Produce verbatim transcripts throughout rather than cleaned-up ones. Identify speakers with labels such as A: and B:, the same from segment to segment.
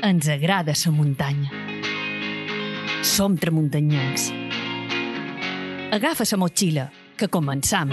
A: Ens agrada la muntanya. Som tramuntanyencs. Agafa la motxilla, que començam.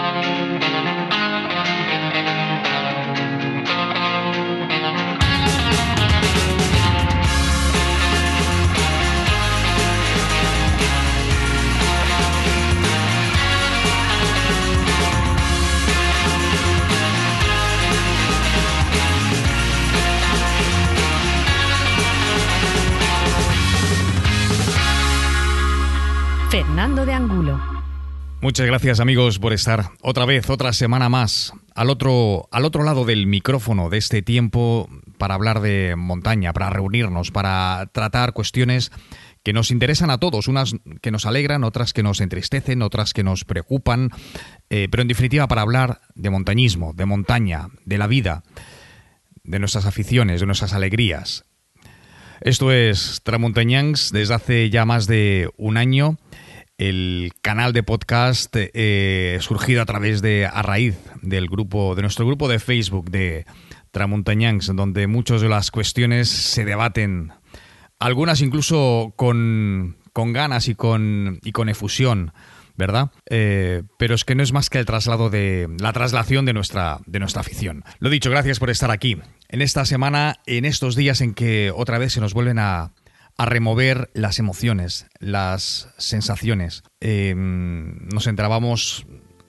A: Fernando de Angulo.
B: Muchas gracias, amigos, por estar otra vez, otra semana más al otro, al otro lado del micrófono de este tiempo para hablar de montaña, para reunirnos, para tratar cuestiones que nos interesan a todos, unas que nos alegran, otras que nos entristecen, otras que nos preocupan, eh, pero en definitiva para hablar de montañismo, de montaña, de la vida, de nuestras aficiones, de nuestras alegrías. Esto es Tramuntañans desde hace ya más de un año. El canal de podcast eh, surgido a través de, a raíz del grupo, de nuestro grupo de Facebook de Tramuntañans, donde muchas de las cuestiones se debaten, algunas incluso con, con ganas y con, y con efusión, ¿verdad? Eh, pero es que no es más que el traslado de la traslación de nuestra, de nuestra afición. Lo dicho, gracias por estar aquí. En esta semana, en estos días en que otra vez se nos vuelven a... a remover las emociones, las sensaciones. Eh, nos enterábamos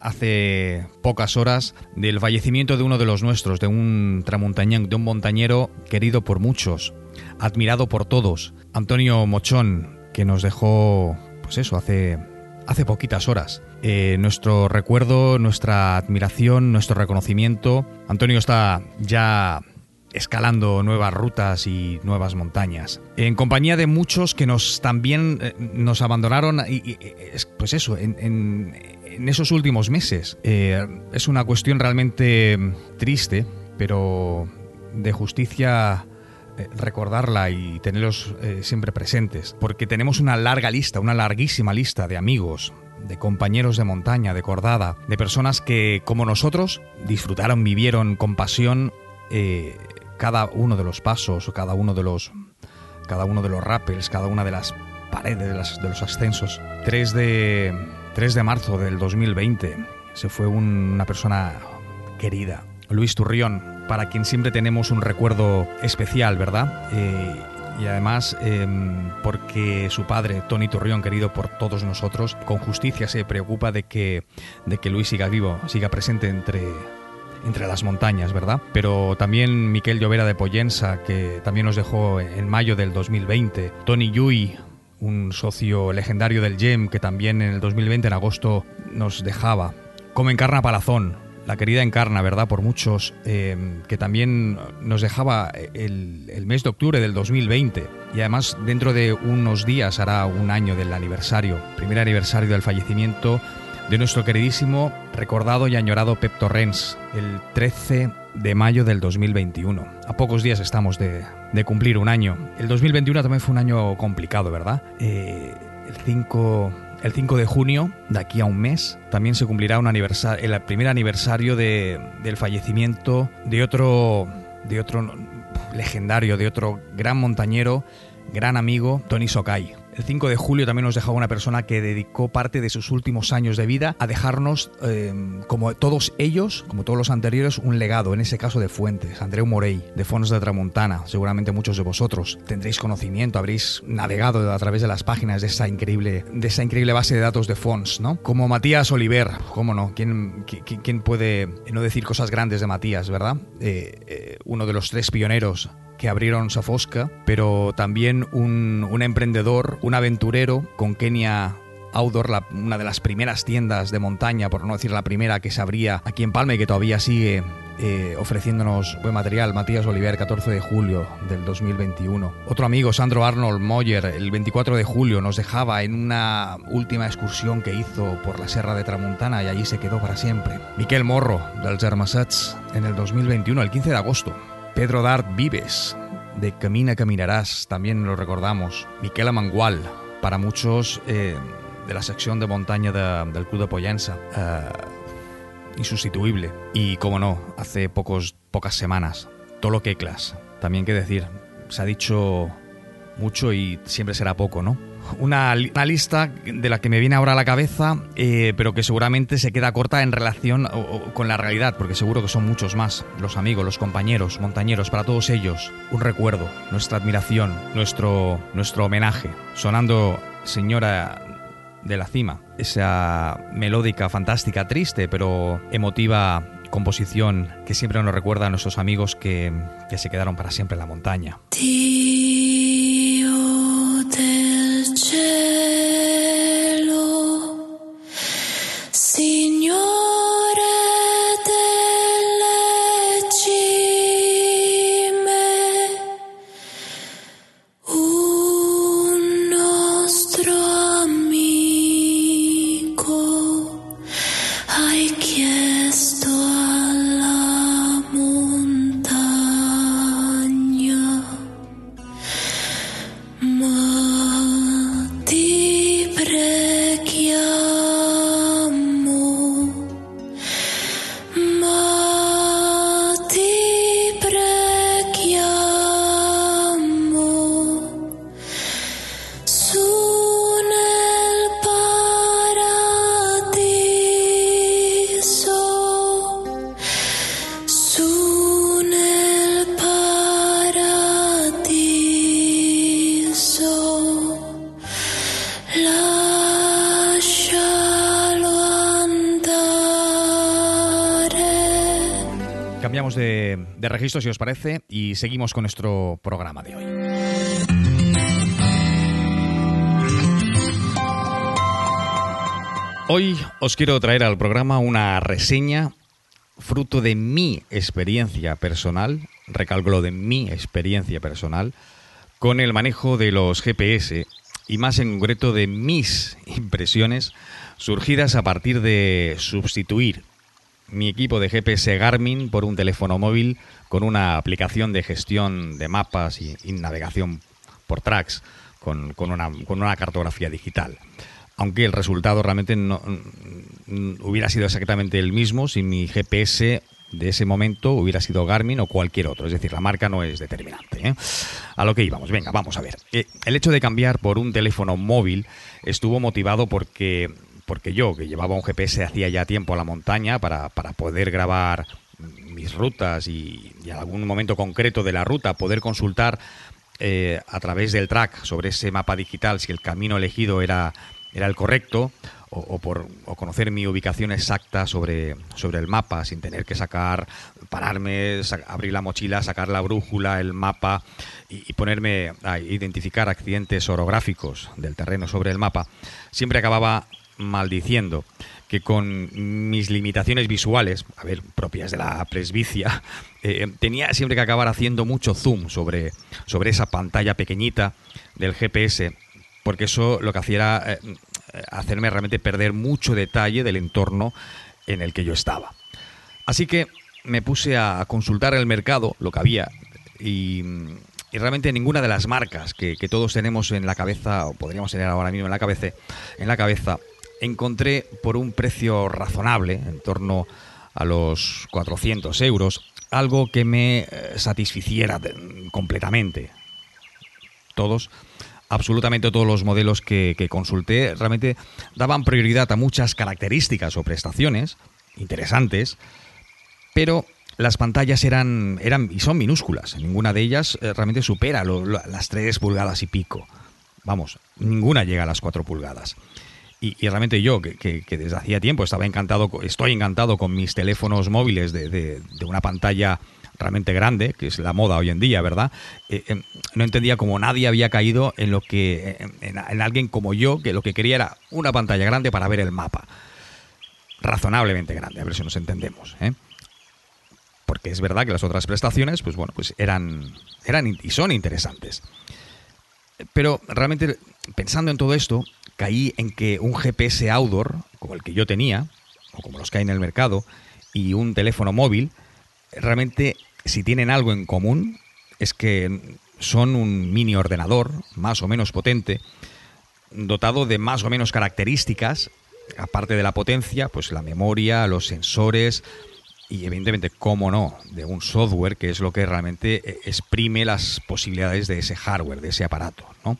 B: hace pocas horas del fallecimiento de uno de los nuestros, de un tramuntañán, de un montañero querido por muchos, admirado por todos, Antonio Mochón, que nos dejó, pues eso, hace, hace poquitas horas. Eh, nuestro recuerdo, nuestra admiración, nuestro reconocimiento. Antonio está ya escalando nuevas rutas y nuevas montañas, en compañía de muchos que nos también eh, nos abandonaron, y, y, pues eso, en, en, en esos últimos meses. Eh, es una cuestión realmente triste, pero de justicia eh, recordarla y tenerlos eh, siempre presentes, porque tenemos una larga lista, una larguísima lista de amigos, de compañeros de montaña, de cordada, de personas que, como nosotros, disfrutaron, vivieron con pasión eh, cada uno de los pasos, cada uno de los cada uno de los rappels, cada una de las paredes de, las, de los ascensos. tres de marzo del dos mil veinte se fue un, una persona querida, Luis Turrión, para quien siempre tenemos un recuerdo especial, ¿verdad? Eh, y además eh, porque su padre, Tony Turrión, querido por todos nosotros, con justicia se preocupa de que, de que Luis siga vivo, siga presente entre... entre las montañas, ¿verdad? Pero también Miquel Llovera de Pollensa, que también nos dejó en mayo del dos mil veinte. Tony Llull, un socio legendario del Gem, que también en el dos mil veinte, en agosto, nos dejaba. Como Encarna Palazón, la querida Encarna, ¿verdad? Por muchos, eh, que también nos dejaba el, el mes de octubre del dos mil veinte. Y además, dentro de unos días hará un año del aniversario, primer aniversario del fallecimiento de nuestro queridísimo, recordado y añorado Pep Torrens, el trece de mayo del dos mil veintiuno. A pocos días estamos de, de cumplir un año. El dos mil veintiuno también fue un año complicado, ¿verdad? Eh, el, cinco, el cinco de junio, de aquí a un mes, también se cumplirá un aniversario, el primer aniversario de, del fallecimiento de otro, de otro legendario, de otro gran montañero, gran amigo, Toni Socay. El cinco de julio también nos dejaba una persona que dedicó parte de sus últimos años de vida a dejarnos, eh, como todos ellos, como todos los anteriores, un legado, en ese caso de Fuentes, Andreu Morell, de Fons de Tramuntana. Seguramente muchos de vosotros tendréis conocimiento, habréis navegado a través de las páginas de esa increíble, de esa increíble base de datos de Fons, ¿no? Como Matías Oliver, cómo no, ¿quién, quién, quién puede no decir cosas grandes de Matías, verdad? Eh, eh, uno de los tres pioneros que abrieron Safosca, pero también un, un emprendedor, un aventurero con Kenia Outdoor, la, una de las primeras tiendas de montaña, por no decir la primera que se abría aquí en Palma y que todavía sigue eh, ofreciéndonos buen material. Matías Oliver, catorce de julio del dos mil veintiuno. Otro amigo, Sandro Arnold Moller, el veinticuatro de julio nos dejaba en una última excursión que hizo por la Serra de Tramuntana y allí se quedó para siempre. Miquel Morro, dels Hermesets, en el dos mil veintiuno, el quince de agosto. Pedro Dart Vives, de Camina Caminarás, también lo recordamos. Miquel Amangual, para muchos eh, de la sección de montaña de, del Club de Pollensa, eh, insustituible. Y, como no, hace pocos, pocas semanas, Tolo Queclas, también que decir, se ha dicho mucho y siempre será poco, ¿no? Una, una lista de la que me viene ahora a la cabeza, eh, pero que seguramente se queda corta en relación o, o, con la realidad, porque seguro que son muchos más, los amigos, los compañeros, montañeros, para todos ellos, un recuerdo, nuestra admiración, nuestro, nuestro homenaje, sonando Señora de la Cima, esa melódica, fantástica, triste, pero emotiva composición que siempre nos recuerda a nuestros amigos que, que se quedaron para siempre en la montaña.
C: Dio del cielo, Signore delle cime, un nostro amico hai chiesto alla montagna, ma ti preghiamo, ma ti preghiamo, su nel paradiso, su nel paradiso, lascialo andare.
B: Cambiamos de, de registro, si os parece, y seguimos con nuestro programa de hoy. Hoy os quiero traer al programa una reseña fruto de mi experiencia personal, recalco de mi experiencia personal, con el manejo de los G P S y más en concreto de mis impresiones surgidas a partir de sustituir mi equipo de G P S Garmin por un teléfono móvil con una aplicación de gestión de mapas y, y navegación por tracks con, con, una, con una cartografía digital. Aunque el resultado realmente no mm, hubiera sido exactamente el mismo si mi G P S de ese momento hubiera sido Garmin o cualquier otro. Es decir, la marca no es determinante, ¿eh? A lo que íbamos. Venga, vamos a ver. Eh, el hecho de cambiar por un teléfono móvil estuvo motivado porque, porque yo, que llevaba un G P S hacía ya tiempo a la montaña para, para poder grabar mis rutas y, y en algún momento concreto de la ruta poder consultar eh, a través del track sobre ese mapa digital si el camino elegido era... era el correcto, o, o por o conocer mi ubicación exacta sobre, sobre el mapa, sin tener que sacar, pararme, sa- abrir la mochila, sacar la brújula, el mapa y, y ponerme a identificar accidentes orográficos del terreno sobre el mapa, siempre acababa maldiciendo que con mis limitaciones visuales, a ver, propias de la presbicia, eh, tenía siempre que acabar haciendo mucho zoom sobre, sobre esa pantalla pequeñita del G P S, porque eso lo que hacía era eh, hacerme realmente perder mucho detalle del entorno en el que yo estaba. Así que me puse a consultar el mercado, lo que había, y, y realmente ninguna de las marcas que, que todos tenemos en la cabeza, o podríamos tener ahora mismo en la cabeza, en la cabeza, encontré por un precio razonable, en torno a los cuatrocientos euros, algo que me eh, satisficiera de, completamente. Todos Absolutamente todos los modelos que, que consulté realmente daban prioridad a muchas características o prestaciones interesantes, pero las pantallas eran, eran y son minúsculas. Ninguna de ellas eh, realmente supera lo, lo, las tres pulgadas y pico. Vamos, ninguna llega a las cuatro pulgadas. Y, y realmente yo, que, que, que desde hacía tiempo estaba encantado, estoy encantado con mis teléfonos móviles de, de, de una pantalla realmente grande, que es la moda hoy en día, ¿verdad? Eh, eh, no entendía cómo nadie había caído en lo que en, en alguien como yo, que lo que quería era una pantalla grande para ver el mapa. Razonablemente grande, a ver si nos entendemos, ¿eh? Porque es verdad que las otras prestaciones, pues bueno, pues eran, eran y son interesantes. Pero realmente, pensando en todo esto, caí en que un G P S outdoor, como el que yo tenía, o como los que hay en el mercado, y un teléfono móvil, realmente, si tienen algo en común, es que son un mini ordenador, más o menos potente, dotado de más o menos características, aparte de la potencia, pues la memoria, los sensores y evidentemente, cómo no, de un software que es lo que realmente exprime las posibilidades de ese hardware, de ese aparato, ¿no?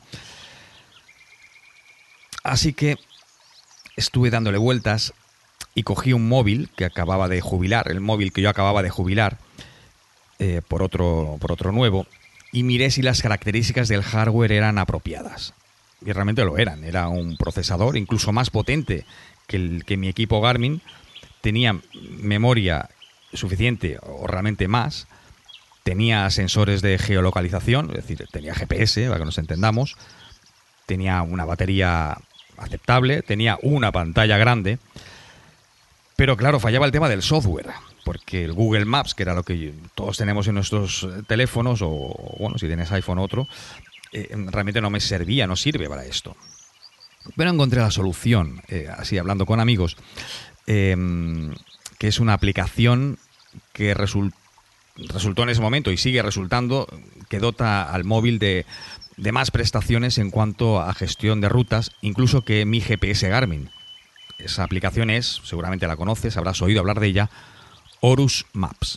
B: Así que estuve dándole vueltas y cogí un móvil que acababa de jubilar, el móvil que yo acababa de jubilar eh, por otro, por otro nuevo, y miré si las características del hardware eran apropiadas. Y realmente lo eran. Era un procesador incluso más potente que, el, que mi equipo Garmin. Tenía memoria suficiente o realmente más. Tenía sensores de geolocalización, es decir, tenía G P S, para que nos entendamos. Tenía una batería aceptable, tenía una pantalla grande. Pero claro, fallaba el tema del software, porque el Google Maps, que era lo que todos tenemos en nuestros teléfonos, o bueno, si tienes iPhone o otro, eh, realmente no me servía, no sirve para esto. Pero encontré la solución, eh, así hablando con amigos, eh, que es una aplicación que result, resultó en ese momento y sigue resultando, que dota al móvil de, de más prestaciones en cuanto a gestión de rutas, incluso que mi G P S Garmin. Esa aplicación es, seguramente la conoces, habrás oído hablar de ella, Horus Maps.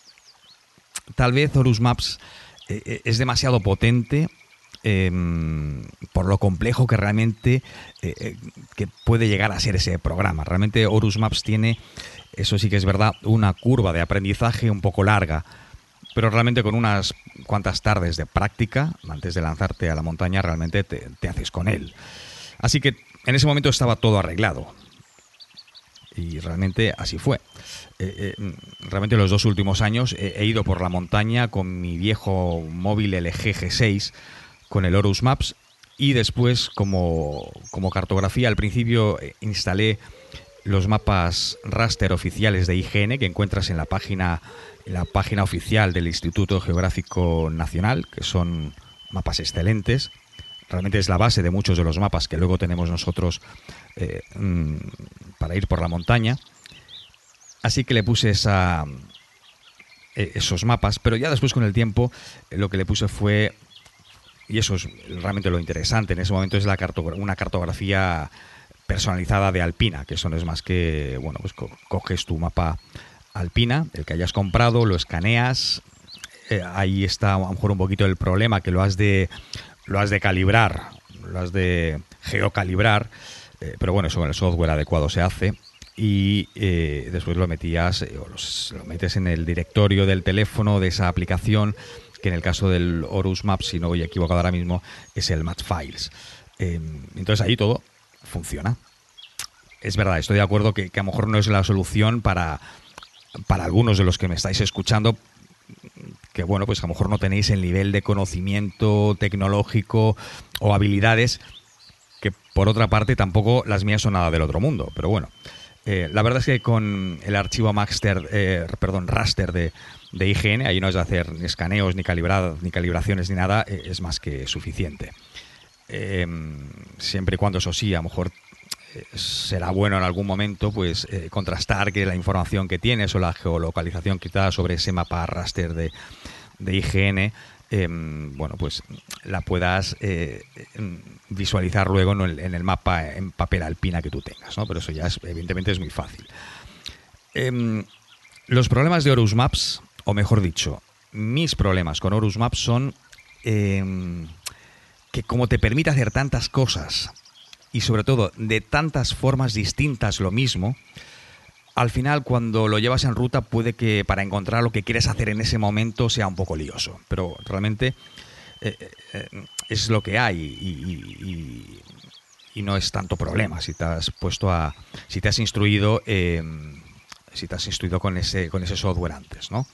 B: Tal vez Horus Maps eh, es demasiado potente eh, por lo complejo que realmente eh, que puede llegar a ser ese programa. Realmente Horus Maps tiene, eso sí que es verdad, una curva de aprendizaje un poco larga, pero realmente con unas cuantas tardes de práctica, antes de lanzarte a la montaña, realmente te, te haces con él. Así que en ese momento estaba todo arreglado. Y realmente así fue. Eh, eh, realmente los dos últimos años he, he ido por la montaña con mi viejo móvil L G G seis, con el Horus Maps, y después como, como cartografía, al principio instalé los mapas raster oficiales de I G N que encuentras en la página, en la página oficial del Instituto Geográfico Nacional, que son mapas excelentes. Realmente es la base de muchos de los mapas que luego tenemos nosotros eh, mmm, para ir por la montaña. Así que le puse esa, eh, esos mapas, pero ya después con el tiempo eh, lo que le puse fue, y eso es realmente lo interesante en ese momento, es la cartogra- una cartografía personalizada de Alpina, que eso no es más que, bueno, pues co- coges tu mapa Alpina, el que hayas comprado, lo escaneas, eh, ahí está a lo mejor un poquito el problema, que lo has de... Lo has de calibrar, lo has de geocalibrar, eh, pero bueno, eso con el software adecuado se hace. Y eh, después lo metías, eh, o los, lo metes en el directorio del teléfono de esa aplicación, que en el caso del Horus Maps, si no voy equivocado ahora mismo, es el Match Files. Eh, entonces ahí todo funciona. Es verdad, estoy de acuerdo que, que a lo mejor no es la solución para, para algunos de los que me estáis escuchando, que bueno, pues a lo mejor no tenéis el nivel de conocimiento tecnológico o habilidades, que por otra parte tampoco las mías son nada del otro mundo, pero bueno, eh, la verdad es que con el archivo master, eh, perdón, raster de, de I G N, ahí no es de hacer ni escaneos, ni calibrar, ni calibraciones, ni nada, eh, es más que suficiente. Eh, siempre y cuando, eso sí, a lo mejor eh, será bueno en algún momento pues eh, contrastar que la información que tienes o la geolocalización quizás sobre ese mapa raster de, de I G N, eh, bueno, pues la puedas eh, visualizar luego en el, en el mapa en papel Alpina que tú tengas, ¿no? Pero eso ya es, evidentemente es muy fácil. Eh, los problemas de Horus Maps, o mejor dicho, mis problemas con Horus Maps son eh, que como te permite hacer tantas cosas y sobre todo de tantas formas distintas lo mismo, al final cuando lo llevas en ruta puede que para encontrar lo que quieres hacer en ese momento sea un poco lioso, pero realmente eh, eh, es lo que hay y, y, y, y no es tanto problema si te has puesto a, si te has instruido, eh, si te has instruido con ese, con ese software antes, ¿no?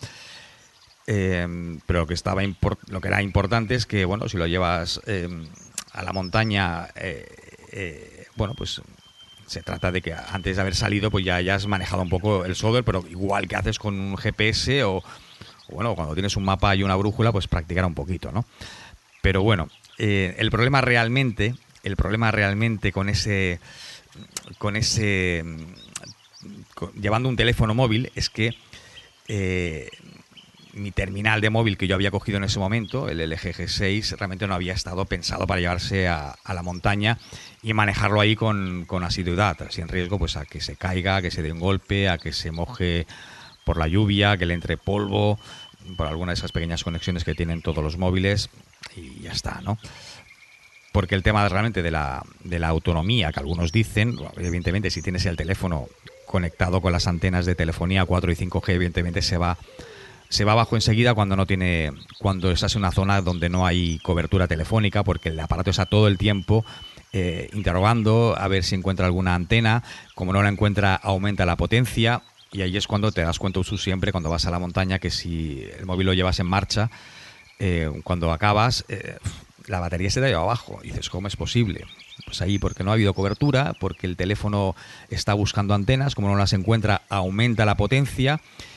B: Eh, pero lo que estaba import- lo que era importante es que, bueno, si lo llevas eh, a la montaña, eh, eh, bueno, pues se trata de que antes de haber salido pues ya hayas manejado un poco el software, pero igual que haces con un G P S o, o bueno, cuando tienes un mapa y una brújula, pues practicar un poquito, ¿no? Pero bueno, eh, el problema realmente, el problema realmente con ese, con ese, con, llevando un teléfono móvil es que eh, mi terminal de móvil que yo había cogido en ese momento, el L G G seis, realmente no había estado pensado para llevarse a, a la montaña y manejarlo ahí con, con asiduidad, sin riesgo pues a que se caiga, a que se dé un golpe, a que se moje por la lluvia, que le entre polvo, por alguna de esas pequeñas conexiones que tienen todos los móviles y ya está, ¿no? Porque el tema realmente de la, de la autonomía, que algunos dicen, evidentemente si tienes el teléfono conectado con las antenas de telefonía cuatro y cinco G, evidentemente se va se va abajo enseguida cuando no tiene cuando estás en una zona donde no hay cobertura telefónica, porque el aparato está todo el tiempo eh, interrogando a ver si encuentra alguna antena. Como no la encuentra, aumenta la potencia y ahí es cuando te das cuenta tú siempre cuando vas a la montaña que si el móvil lo llevas en marcha, eh, cuando acabas eh, la batería se te ha ido abajo. Y dices, ¿cómo es posible? Pues ahí porque no ha habido cobertura, porque el teléfono está buscando antenas, como no las encuentra, aumenta la potencia,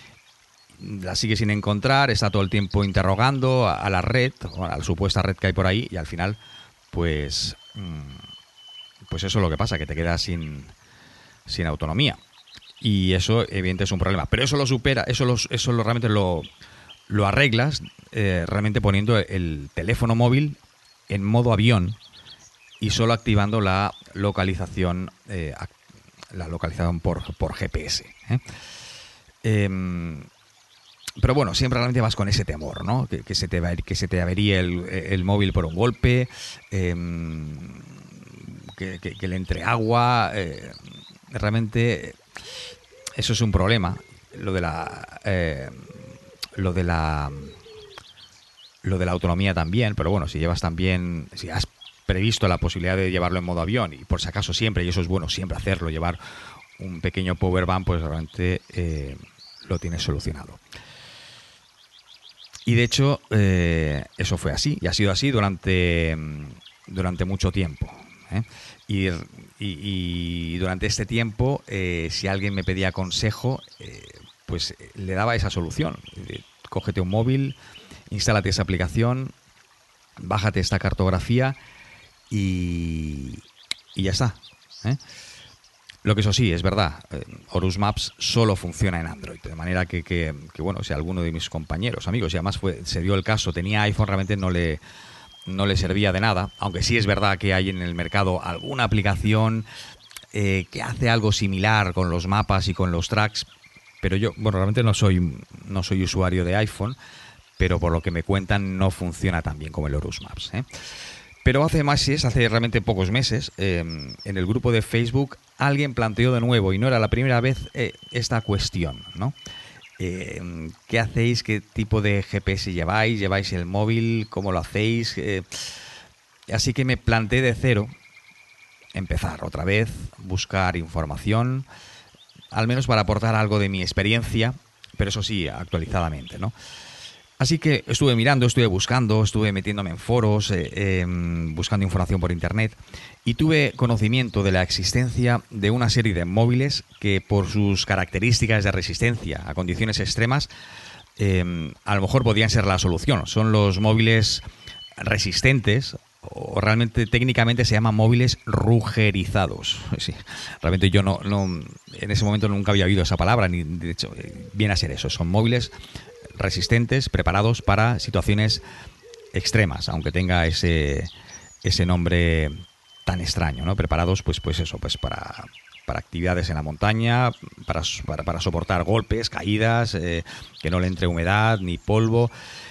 B: la sigue sin encontrar, está todo el tiempo interrogando a, a la red, a la supuesta red que hay por ahí, y al final, pues, pues eso es lo que pasa, que te quedas sin, sin autonomía. Y eso, evidentemente, es un problema. Pero eso lo supera, eso, lo, eso lo, realmente lo, lo arreglas eh, realmente poniendo el teléfono móvil en modo avión y solo activando la localización eh, la localización por, por G P S. ¿eh? Eh, pero bueno, siempre realmente vas con ese temor, ¿no? Que, que se te va, que se te averíe el, el móvil por un golpe, eh, que, que, que le entre agua. Eh, realmente eso es un problema. Lo de la eh, lo de la lo de la autonomía también, pero bueno, si llevas también, si has previsto la posibilidad de llevarlo en modo avión y por si acaso siempre, y eso es bueno siempre hacerlo, llevar un pequeño power bank, pues realmente eh, lo tienes solucionado. Y de hecho eh, eso fue así y ha sido así durante durante mucho tiempo, ¿eh? y, y, y durante este tiempo eh, si alguien me pedía consejo eh, pues le daba esa solución. Cógete un móvil, instálate esa aplicación, bájate esta cartografía y, y ya está, ¿eh? Lo que eso sí, es verdad, eh, Horus Maps solo funciona en Android, de manera que, que, que bueno, si alguno de mis compañeros, amigos, y además fue, se dio el caso, tenía iPhone, realmente no le, no le servía de nada, aunque sí es verdad que hay en el mercado alguna aplicación eh, que hace algo similar con los mapas y con los tracks, pero yo, bueno, realmente no soy, no soy usuario de iPhone, pero por lo que me cuentan no funciona tan bien como el Horus Maps, ¿eh? Pero hace más, hace realmente pocos meses, eh, en el grupo de Facebook, alguien planteó de nuevo, y no era la primera vez, eh, esta cuestión, ¿no? Eh, ¿Qué hacéis? ¿Qué tipo de G P S lleváis? ¿Lleváis el móvil? ¿Cómo lo hacéis? Eh, así que me planteé de cero empezar otra vez, buscar información, al menos para aportar algo de mi experiencia, pero eso sí, actualizadamente, ¿no? Así que estuve mirando, estuve buscando, estuve metiéndome en foros, eh, eh, buscando información por internet y tuve conocimiento de la existencia de una serie de móviles que por sus características de resistencia a condiciones extremas eh, a lo mejor podían ser la solución. Son los móviles resistentes, o realmente técnicamente se llaman móviles rugerizados. Sí, realmente yo no, no en ese momento nunca había oído esa palabra, ni de hecho viene a ser eso, son móviles resistentes, preparados para situaciones extremas, aunque tenga ese ese nombre tan extraño, ¿no? Preparados, pues, pues eso, pues para, para actividades en la montaña, para, para, para soportar golpes, caídas, eh, que no le entre humedad ni polvo.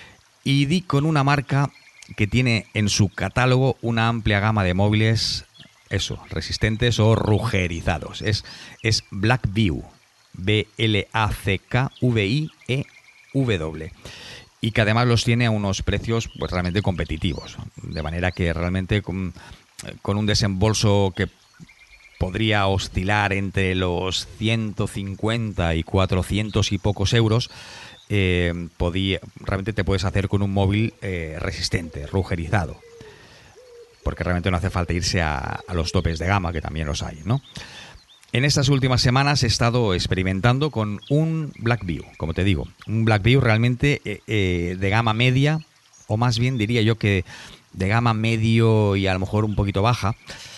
B: Y di con una marca que tiene en su catálogo una amplia gama de móviles, eso, resistentes o rugerizados. Es, es Blackview, B L A C K V I E W, y que además los tiene a unos precios pues realmente competitivos, de manera que realmente con, con un desembolso que podría oscilar entre los ciento cincuenta y cuatrocientos y pocos euros, eh, podía, realmente te puedes hacer con un móvil eh, resistente, rugerizado, porque realmente no hace falta irse a, a los topes de gama, que también los hay, ¿no? En estas últimas semanas he estado experimentando con un Blackview, como te digo, un Blackview realmente eh, eh, de gama media, o más bien diría yo que de gama medio y a lo mejor un poquito baja,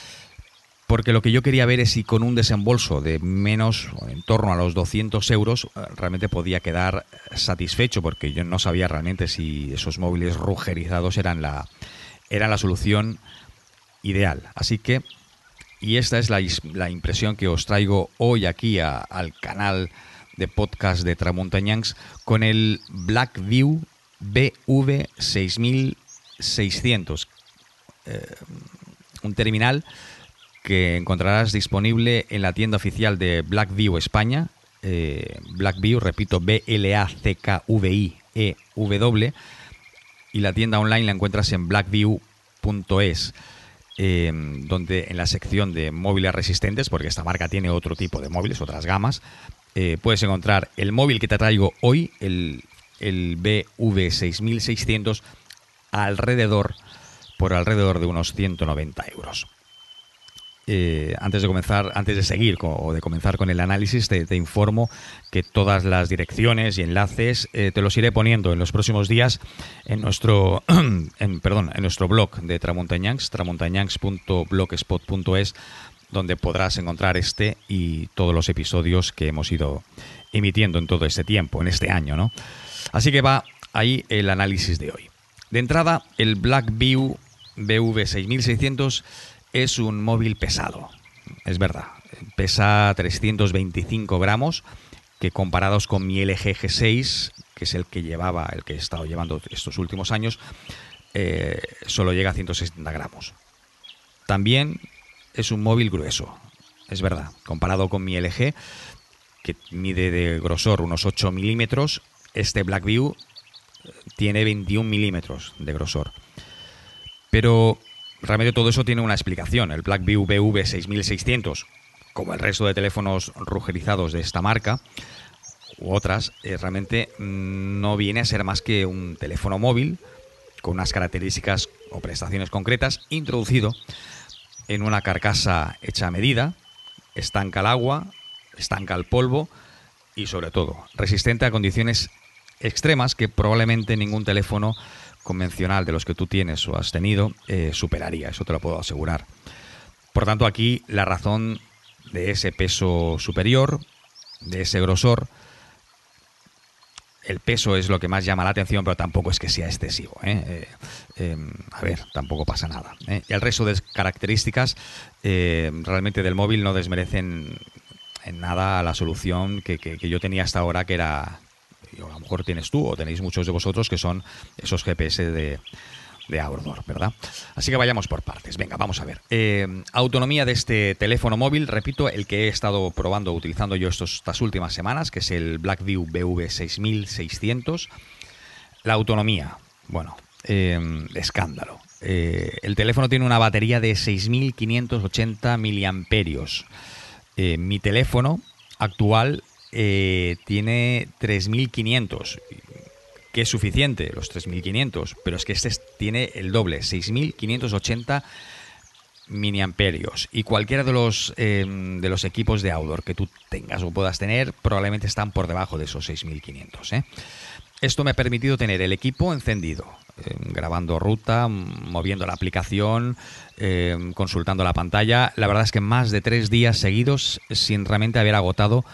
B: porque lo que yo quería ver es si con un desembolso de menos, en torno a los doscientos euros, realmente podía quedar satisfecho, porque yo no sabía realmente si esos móviles rugerizados eran la, eran la solución ideal. Así que y esta es la, la impresión que os traigo hoy aquí a, al canal de podcast de Tramuntañans con el Blackview B V seis mil seiscientos, eh, un terminal que encontrarás disponible en la tienda oficial de Blackview España. eh, Blackview, repito, B L A C K V I E W, y la tienda online la encuentras en blackview punto es, eh, donde en la sección de móviles resistentes, porque esta marca tiene otro tipo de móviles, otras gamas, eh, puedes encontrar el móvil que te traigo hoy, el, el B V seis mil seiscientos, alrededor, por alrededor de unos ciento noventa euros. Eh, antes de comenzar, antes de seguir con, o de comenzar con el análisis, te, te informo que todas las direcciones y enlaces eh, te los iré poniendo en los próximos días en nuestro, en, perdón, en nuestro blog de Tramuntañans, tramuntañans punto blogspot punto es, donde podrás encontrar este y todos los episodios que hemos ido emitiendo en todo este tiempo, en este año, ¿no? Así que va ahí el análisis de hoy. De entrada, el Blackview B V seis mil seiscientos es un móvil pesado, es verdad. Pesa trescientos veinticinco gramos, que comparados con mi L G G seis, que es el que llevaba, el que he estado llevando estos últimos años, eh, solo llega a ciento sesenta gramos. También es un móvil grueso, es verdad. Comparado con mi L G, que mide de grosor unos ocho milímetros, este Blackview tiene veintiún milímetros de grosor. Pero realmente todo eso tiene una explicación. El Blackview B V seis mil seiscientos, como el resto de teléfonos rugerizados de esta marca u otras, eh, realmente mmm, no viene a ser más que un teléfono móvil con unas características o prestaciones concretas, introducido en una carcasa hecha a medida, estanca el agua, estanca el polvo y, sobre todo, resistente a condiciones extremas que probablemente ningún teléfono convencional de los que tú tienes o has tenido eh, superaría, eso te lo puedo asegurar. Por tanto, aquí la razón de ese peso superior, de ese grosor, el peso es lo que más llama la atención, pero tampoco es que sea excesivo, ¿eh? Eh, eh, a ver, tampoco pasa nada, ¿eh? Y el resto de características eh, realmente del móvil no desmerecen en nada la solución que, que, que yo tenía hasta ahora, que era, a lo mejor tienes tú o tenéis muchos de vosotros, que son esos G P S de, de outdoor, ¿verdad? Así que vayamos por partes. Venga, vamos a ver. Eh, autonomía de este teléfono móvil, repito, el que he estado probando, utilizando yo estos, estas últimas semanas, que es el Blackview B V seis mil seiscientos. La autonomía, bueno, eh, escándalo. Eh, el teléfono tiene una batería de seis mil quinientos ochenta miliamperios. Eh, mi teléfono actual Eh, tiene tres mil quinientos, que es suficiente, los tres mil quinientos, pero es que este tiene el doble, seis mil quinientos ochenta miliamperios, y cualquiera de los eh, de los equipos de outdoor que tú tengas o puedas tener probablemente están por debajo de esos seis mil quinientos, ¿eh? Esto me ha permitido tener el equipo encendido, eh, grabando ruta, moviendo la aplicación, eh, consultando la pantalla. La verdad es que más de tres días seguidos sin realmente haber agotado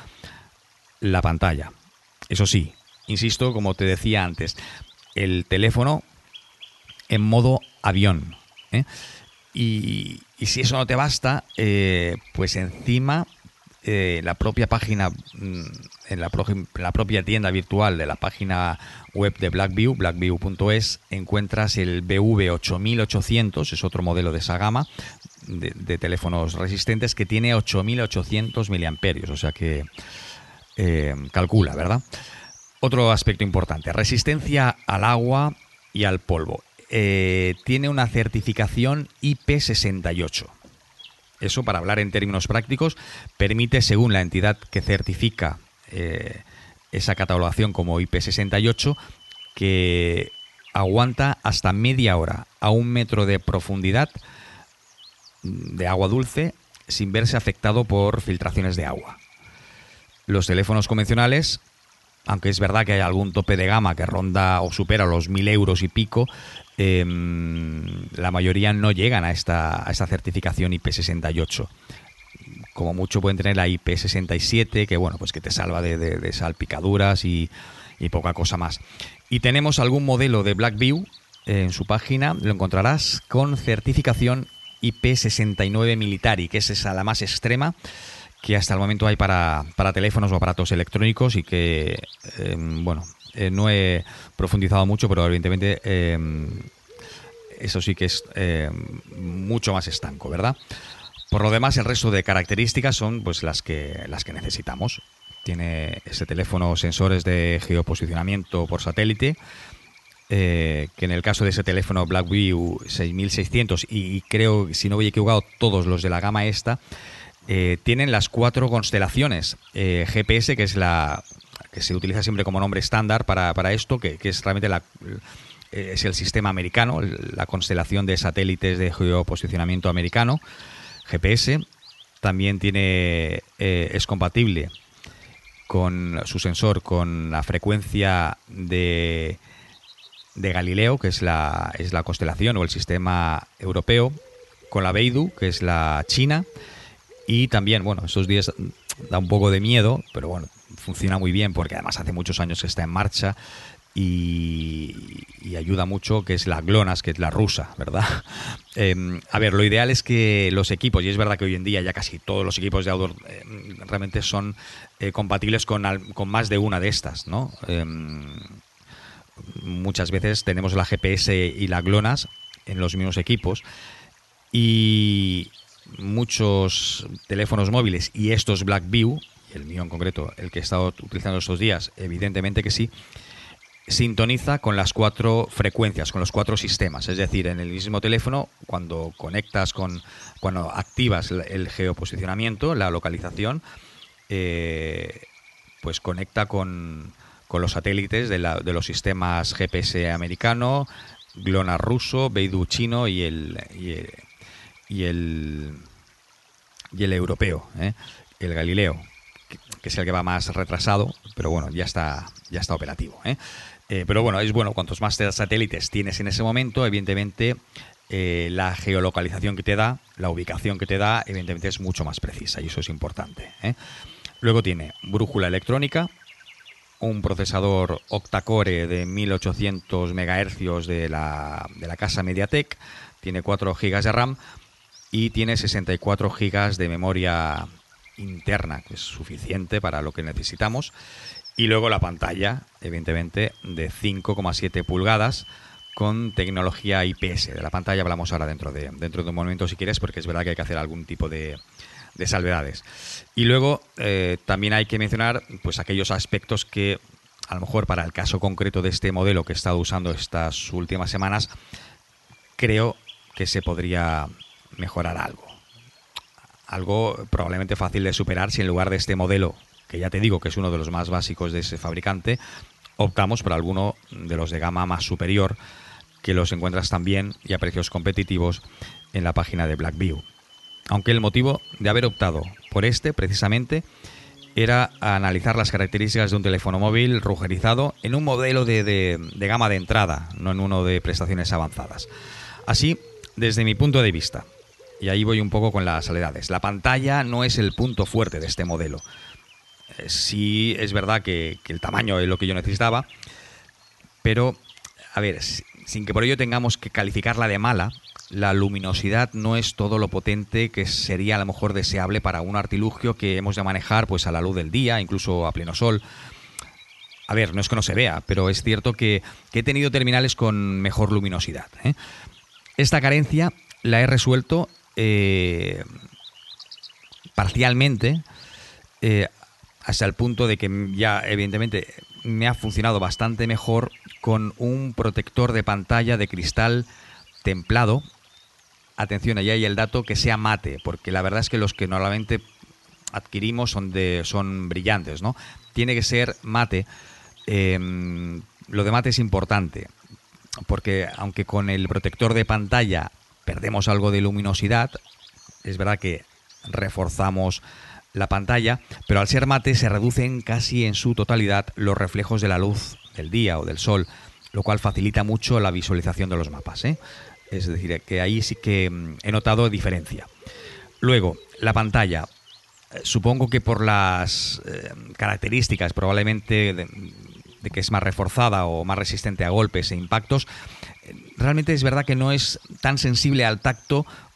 B: la pantalla. Eso sí, insisto, como te decía antes, el teléfono en modo avión, ¿eh? Y, y si eso no te basta, eh, pues encima eh, la propia página, en la, pro, la propia tienda virtual de la página web de Blackview, blackview punto es, encuentras el B V ocho mil ochocientos, es otro modelo de esa gama de, de teléfonos resistentes, que tiene ocho mil ochocientos miliamperios, o sea que Eh, calcula, ¿verdad? Otro aspecto importante, resistencia al agua y al polvo. Eh, tiene una certificación I P sesenta y ocho. Eso, para hablar en términos prácticos, permite, según la entidad que certifica eh, esa catalogación como I P sesenta y ocho, que aguanta hasta media hora a un metro de profundidad de agua dulce sin verse afectado por filtraciones de agua. Los teléfonos convencionales, aunque es verdad que hay algún tope de gama que ronda o supera los mil euros y pico, eh, la mayoría no llegan a esta, a esta certificación I P sesenta y ocho. Como mucho pueden tener la I P sesenta y siete, que bueno, pues que te salva de, de, de salpicaduras y, y poca cosa más. Y tenemos algún modelo de Blackview eh, en su página, lo encontrarás con certificación I P sesenta y nueve Military, que es esa la más extrema, que hasta el momento hay para, para teléfonos o aparatos electrónicos y que, eh, bueno, eh, no he profundizado mucho, pero evidentemente eh, eso sí que es eh, mucho más estanco, ¿verdad? Por lo demás, el resto de características son pues las que, las que necesitamos. Tiene este teléfono sensores de geoposicionamiento por satélite, eh, que en el caso de ese teléfono Blackview seis mil seiscientos, y creo, si no me he equivocado, todos los de la gama esta, Eh, tienen las cuatro constelaciones eh, G P S, que es la que se utiliza siempre como nombre estándar para, para esto, que, que es realmente la, eh, es el sistema americano, la constelación de satélites de geoposicionamiento americano, G P S. También tiene eh, es compatible con su sensor con la frecuencia de, de Galileo, que es la, es la constelación o el sistema europeo, con la Beidou, que es la china. Y también, bueno, estos días da un poco de miedo, pero bueno, funciona muy bien porque además hace muchos años que está en marcha y, y ayuda mucho, que es la GLONASS, que es la rusa, ¿verdad? Eh, a ver, lo ideal es que los equipos, y es verdad que hoy en día ya casi todos los equipos de outdoor eh, realmente son eh, compatibles con, al, con más de una de estas, ¿no? Eh, muchas veces tenemos la G P S y la GLONASS en los mismos equipos y muchos teléfonos móviles, y estos Blackview, y el mío en concreto, el que he estado utilizando estos días, evidentemente que sí, sintoniza con las cuatro frecuencias, con los cuatro sistemas. Es decir, en el mismo teléfono, cuando conectas con, cuando activas el geoposicionamiento, la localización, eh, pues conecta con, con los satélites de, la, de los sistemas G P S americano, GLONASS ruso, Beidou chino y el, y el y el y el europeo, ¿eh? El Galileo, que, que es el que va más retrasado, pero bueno, ya está ya está operativo, ¿eh? Eh, pero bueno, es bueno, cuantos más satélites tienes en ese momento, evidentemente eh, la geolocalización que te da, la ubicación que te da, evidentemente es mucho más precisa, y eso es importante, ¿eh? Luego tiene brújula electrónica, un procesador octa-core de mil ochocientos megahercios de la, de la casa MediaTek, tiene cuatro gigas de RAM, y tiene sesenta y cuatro gigas de memoria interna, que es suficiente para lo que necesitamos. Y luego la pantalla, evidentemente, de cinco coma siete pulgadas con tecnología I P S. De la pantalla hablamos ahora dentro de, dentro de un momento, si quieres, porque es verdad que hay que hacer algún tipo de, de salvedades. Y luego eh, también hay que mencionar pues aquellos aspectos que, a lo mejor para el caso concreto de este modelo que he estado usando estas últimas semanas, creo que se podría mejorar algo. Algo probablemente fácil de superar si en lugar de este modelo, que ya te digo que es uno de los más básicos de ese fabricante, optamos por alguno de los de gama más superior, que los encuentras también y a precios competitivos en la página de Blackview. Aunque el motivo de haber optado por este, precisamente, era analizar las características de un teléfono móvil rugerizado en un modelo de, de, de gama de entrada, no en uno de prestaciones avanzadas. Así, desde mi punto de vista, y ahí voy un poco con las salvedades, la pantalla no es el punto fuerte de este modelo. Eh, sí es verdad que, que el tamaño es lo que yo necesitaba, pero, a ver, sin que por ello tengamos que calificarla de mala, la luminosidad no es todo lo potente que sería a lo mejor deseable para un artilugio que hemos de manejar pues a la luz del día, incluso a pleno sol. A ver, no es que no se vea, pero es cierto que, que he tenido terminales con mejor luminosidad, ¿eh? Esta carencia la he resuelto eh, parcialmente, eh, hasta el punto de que ya evidentemente me ha funcionado bastante mejor con un protector de pantalla de cristal templado. Atención, ahí hay el dato, que sea mate, porque la verdad es que los que normalmente adquirimos son de son brillantes, ¿no? Tiene que ser mate. Eh, lo de mate es importante, porque aunque con el protector de pantalla perdemos algo de luminosidad, es verdad que reforzamos la pantalla, pero al ser mate se reducen casi en su totalidad los reflejos de la luz del día o del sol, lo cual facilita mucho la visualización de los mapas, ¿eh? Es decir, que ahí sí que he notado diferencia. Luego, la pantalla. Supongo que por las eh, características probablemente de, de que es más reforzada o más resistente a golpes e impactos, realmente es verdad que no es tan sensible al tacto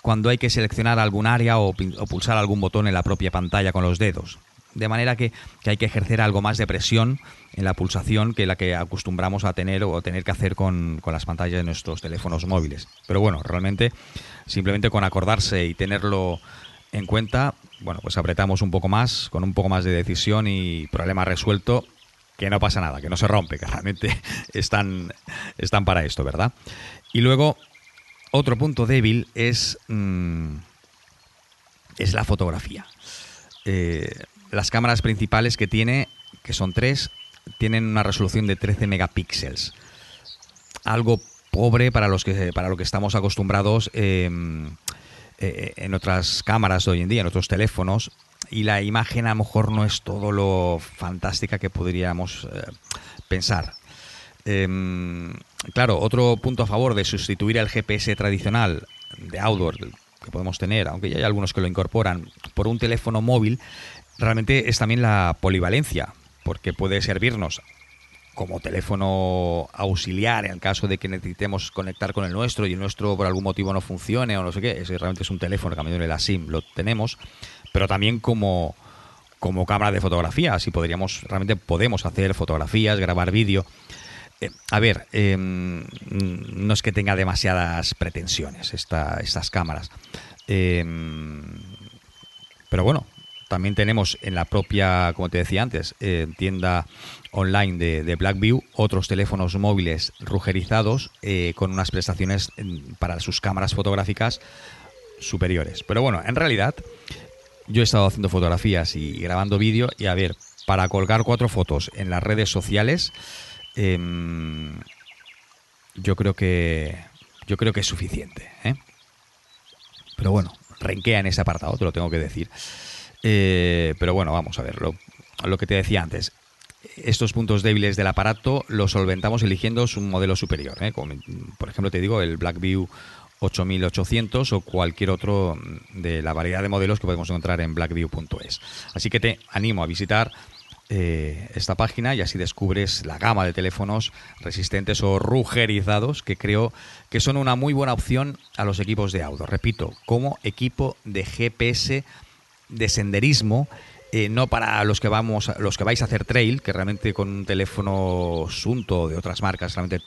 B: cuando hay que seleccionar algún área o, o pulsar algún botón en la propia pantalla con los dedos. De manera que, que hay que ejercer algo más de presión en la pulsación que la que acostumbramos a tener o tener que hacer con, con las pantallas de nuestros teléfonos móviles. Pero bueno, realmente simplemente con acordarse y tenerlo en cuenta, bueno, pues apretamos un poco más, con un poco más de decisión y problema resuelto, que no pasa nada, que no se rompe, que realmente están, están para esto, ¿verdad? Y luego, otro punto débil es, mmm, es la fotografía. Eh, las cámaras principales que tiene, que son tres, tienen una resolución de trece megapíxeles. Algo pobre para los que para lo que estamos acostumbrados eh, eh, en otras cámaras de hoy en día, en otros teléfonos, y la imagen a lo mejor no es todo lo fantástica que podríamos eh, pensar. Eh, claro, otro punto a favor de sustituir el G P S tradicional de outdoor que podemos tener, aunque ya hay algunos que lo incorporan, por un teléfono móvil, realmente es también la polivalencia, porque puede servirnos como teléfono auxiliar en el caso de que necesitemos conectar con el nuestro y el nuestro por algún motivo no funcione o no sé qué. Ese realmente es un teléfono, cambiándole la SIM, lo tenemos, pero también como, como cámara de fotografía. Así podríamos, realmente podemos hacer fotografías, grabar vídeo. Eh, a ver, eh, no es que tenga demasiadas pretensiones esta, estas cámaras. Eh, pero bueno, también tenemos en la propia, como te decía antes, eh, tienda online de, de Blackview otros teléfonos móviles rugerizados eh, con unas prestaciones para sus cámaras fotográficas superiores. Pero bueno, en realidad yo he estado haciendo fotografías y grabando vídeo y a ver, para colgar cuatro fotos en las redes sociales, eh, yo creo que yo creo que es suficiente, ¿eh? Pero bueno, renquea en ese apartado, te lo tengo que decir. Eh, pero bueno, vamos a ver, lo, lo que te decía antes. Estos puntos débiles del aparato los solventamos eligiendo su modelo superior, ¿eh? Como, por ejemplo, te digo, el Blackview ocho mil ochocientos o cualquier otro de la variedad de modelos que podemos encontrar en blackview punto es. Así que te animo a visitar eh, esta página y así descubres la gama de teléfonos resistentes o rugerizados que creo que son una muy buena opción a los equipos de outdoor. Repito, como equipo de G P S de senderismo, eh, no para los que vamos, los que vais a hacer trail, que realmente con un teléfono Sunto de otras marcas realmente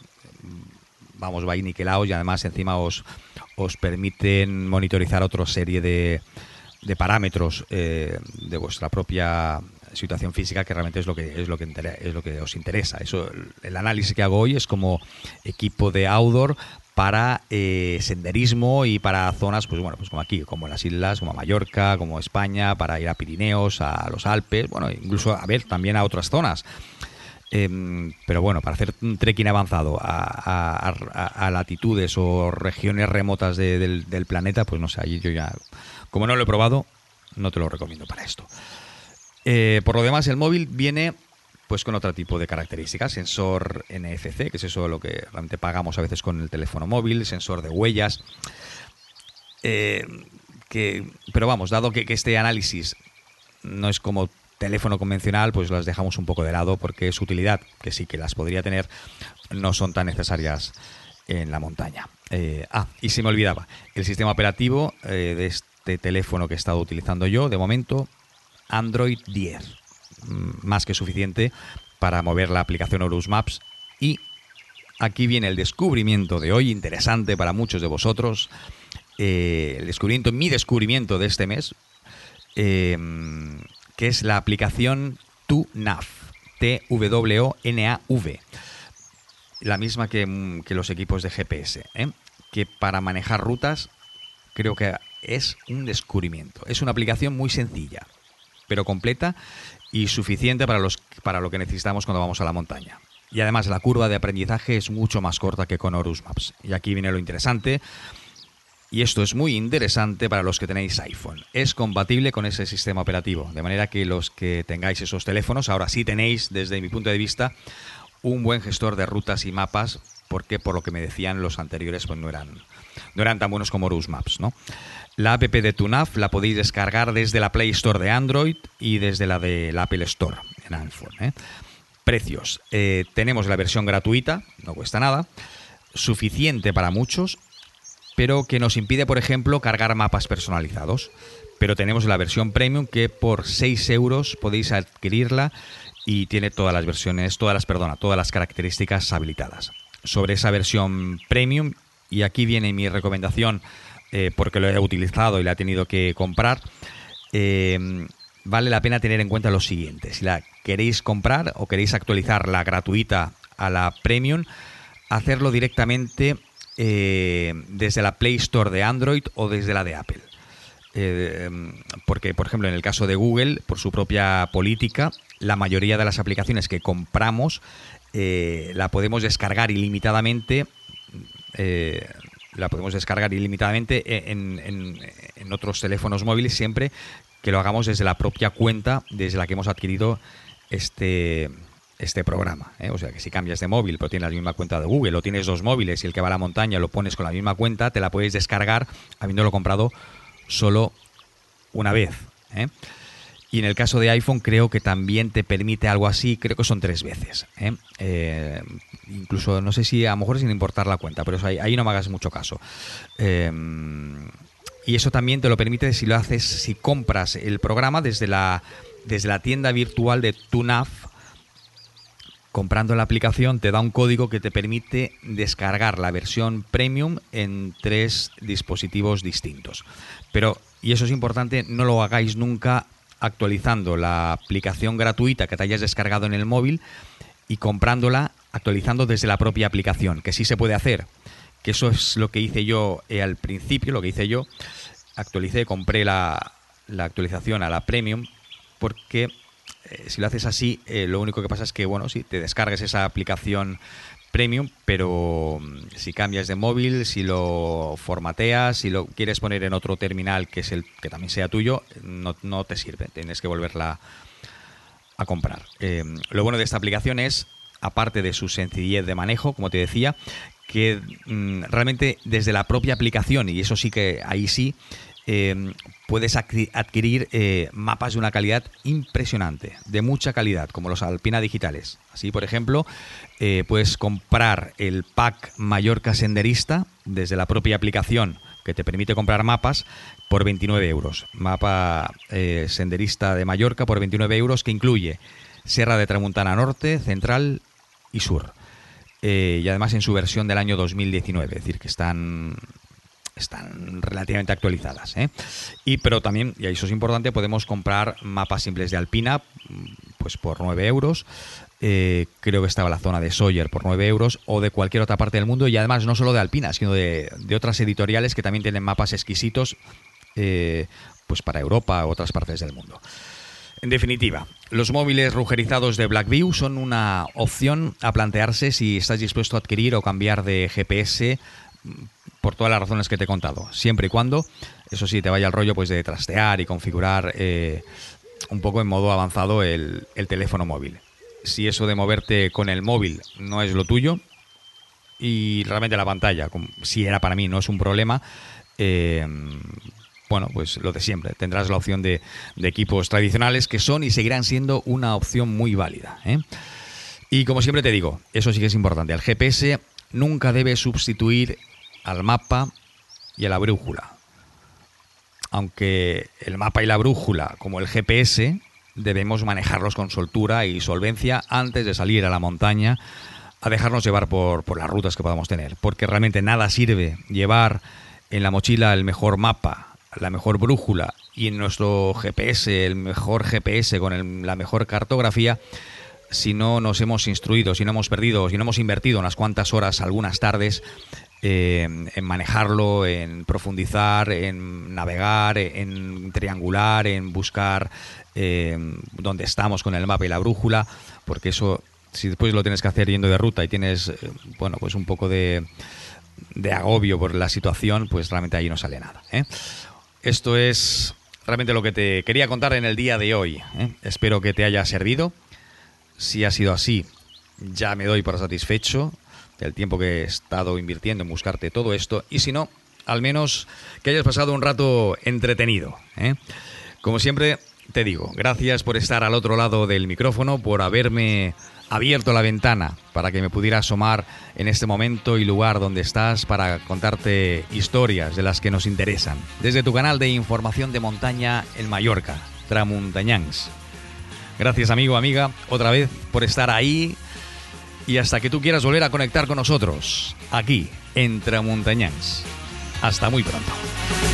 B: vamos, va niquelados y además encima os, os permiten monitorizar otra serie de, de parámetros eh, de vuestra propia situación física, que realmente es lo que es lo que es lo que os interesa. Eso, el análisis que hago hoy es como equipo de outdoor para eh, senderismo y para zonas, pues bueno, pues como aquí, como las islas, como Mallorca, como España, para ir a Pirineos, a los Alpes, bueno, incluso a ver también a otras zonas. Eh, pero bueno, para hacer un trekking avanzado a, a, a, a latitudes o regiones remotas de, del, del planeta, pues no sé, allí yo ya, como no lo he probado, no te lo recomiendo para esto. Eh, por lo demás, el móvil viene pues con otro tipo de características, sensor N F C, que es eso lo que realmente pagamos a veces con el teléfono móvil, sensor de huellas, eh, que, pero vamos, dado que, que este análisis no es como teléfono convencional, pues las dejamos un poco de lado porque su utilidad, que sí que las podría tener, no son tan necesarias en la montaña. Eh, ah, y se me olvidaba, el sistema operativo eh, de este teléfono que he estado utilizando yo, de momento, Android diez. Más que suficiente para mover la aplicación Horus Maps. Y aquí viene el descubrimiento de hoy, interesante para muchos de vosotros, eh, el descubrimiento, mi descubrimiento de este mes, eh, que es la aplicación TwoNav, T W O N A V, la misma que, que los equipos de G P S, ¿eh? que para manejar rutas creo que es un descubrimiento. Es una aplicación muy sencilla, pero completa y suficiente para, los, para lo que necesitamos cuando vamos a la montaña. Y además la curva de aprendizaje es mucho más corta que con Horus Maps. Y aquí viene lo interesante, y esto es muy interesante para los que tenéis iPhone. Es compatible con ese sistema operativo, de manera que los que tengáis esos teléfonos, ahora sí tenéis, desde mi punto de vista, un buen gestor de rutas y mapas, porque por lo que me decían los anteriores, pues no eran, no eran tan buenos como Horus Maps, ¿no? La app de TwoNav la podéis descargar desde la Play Store de Android y desde la de la Apple Store en iPhone, ¿eh? Precios. Eh, tenemos la versión gratuita, no cuesta nada, suficiente para muchos, pero que nos impide, por ejemplo, cargar mapas personalizados. Pero tenemos la versión premium que por seis euros podéis adquirirla y tiene todas las versiones, todas las, perdona, todas las características habilitadas. Sobre esa versión premium, y aquí viene mi recomendación, eh, porque lo he utilizado y la he tenido que comprar, eh, vale la pena tener en cuenta lo siguiente. Si la queréis comprar o queréis actualizar la gratuita a la premium, hacerlo directamente eh, desde la Play Store de Android o desde la de Apple. Eh, porque, por ejemplo, en el caso de Google, por su propia política, la mayoría de las aplicaciones que compramos eh, la podemos descargar ilimitadamente eh, la podemos descargar ilimitadamente en, en, en otros teléfonos móviles, siempre que lo hagamos desde la propia cuenta desde la que hemos adquirido este este programa, ¿eh? O sea que si cambias de móvil pero tienes la misma cuenta de Google, o tienes dos móviles y el que va a la montaña lo pones con la misma cuenta, te la puedes descargar habiéndolo comprado solo una vez, ¿eh? Y en el caso de iPhone creo que también te permite algo así, creo que son tres veces, ¿eh? Eh, incluso no sé si a lo mejor sin importar la cuenta, pero eso ahí, ahí no me hagas mucho caso. Eh, y eso también te lo permite si lo haces, si compras el programa desde la, desde la tienda virtual de TuneUp. Comprando la aplicación te da un código que te permite descargar la versión premium en tres dispositivos distintos. Pero, y eso es importante, no lo hagáis nunca actualizando la aplicación gratuita que te hayas descargado en el móvil y comprándola, actualizando desde la propia aplicación, que sí se puede hacer. Que eso es lo que hice yo eh, al principio, lo que hice yo. Actualicé, compré la, la actualización a la premium porque... Eh, si lo haces así, eh, lo único que pasa es que, bueno, sí, te descargues esa aplicación premium, pero si cambias de móvil, si lo formateas, si lo quieres poner en otro terminal que es el que también sea tuyo, no, no te sirve, tienes que volverla a comprar. Eh, lo bueno de esta aplicación es, aparte de su sencillez de manejo, como te decía, que mm, realmente desde la propia aplicación, y eso sí que ahí sí, Eh, puedes adquirir eh, mapas de una calidad impresionante, de mucha calidad, como los Alpina digitales. Así, por ejemplo, eh, puedes comprar el pack Mallorca Senderista desde la propia aplicación, que te permite comprar mapas por veintinueve euros. Mapa eh, senderista de Mallorca por veintinueve euros, que incluye Sierra de Tramuntana Norte, Central y Sur. Eh, y además en su versión del año dos mil diecinueve, es decir, que están... están relativamente actualizadas, ¿eh? Y pero también, y eso es importante, podemos comprar mapas simples de Alpina pues por nueve euros, eh, creo que estaba la zona de Sawyer por nueve euros, o de cualquier otra parte del mundo, y además no solo de Alpina, sino de, de otras editoriales que también tienen mapas exquisitos eh, pues para Europa u otras partes del mundo. En definitiva, los móviles rugerizados de Blackview son una opción a plantearse si estás dispuesto a adquirir o cambiar de G P S por todas las razones que te he contado, siempre y cuando, eso sí, te vaya el rollo pues de trastear y configurar eh, un poco en modo avanzado el, el teléfono móvil. Si eso de moverte con el móvil no es lo tuyo, y realmente la pantalla, si era para mí, no es un problema, eh, bueno, pues lo de siempre, tendrás la opción de, de equipos tradicionales que son y seguirán siendo una opción muy válida, ¿eh? Y como siempre te digo, eso sí que es importante, el G P S nunca debe sustituir al mapa y a la brújula. Aunque el mapa y la brújula, como el G P S, debemos manejarlos con soltura y solvencia antes de salir a la montaña a dejarnos llevar por, por las rutas que podamos tener. Porque realmente nada sirve llevar en la mochila el mejor mapa, la mejor brújula y en nuestro G P S el mejor G P S con el, la mejor cartografía si no nos hemos instruido, si no hemos perdido, si no hemos invertido unas cuantas horas, algunas tardes, Eh, en manejarlo, en profundizar, en navegar, en triangular, en buscar eh, dónde estamos con el mapa y la brújula, porque eso, si después lo tienes que hacer yendo de ruta y tienes, eh, bueno, pues un poco de, de agobio por la situación, pues realmente ahí no sale nada, ¿eh? Esto es realmente lo que te quería contar en el día de hoy, ¿eh? Espero que te haya servido. Si ha sido así, ya me doy por satisfecho del tiempo que he estado invirtiendo en buscarte todo esto, y si no, al menos que hayas pasado un rato entretenido, ¿eh? Como siempre, te digo, gracias por estar al otro lado del micrófono, por haberme abierto la ventana para que me pudiera asomar en este momento y lugar donde estás para contarte historias de las que nos interesan. Desde tu canal de información de montaña en Mallorca, Tramuntanyans. Gracias, amigo, amiga, otra vez por estar ahí y hasta que tú quieras volver a conectar con nosotros, aquí en Tramuntanyans. Hasta muy pronto.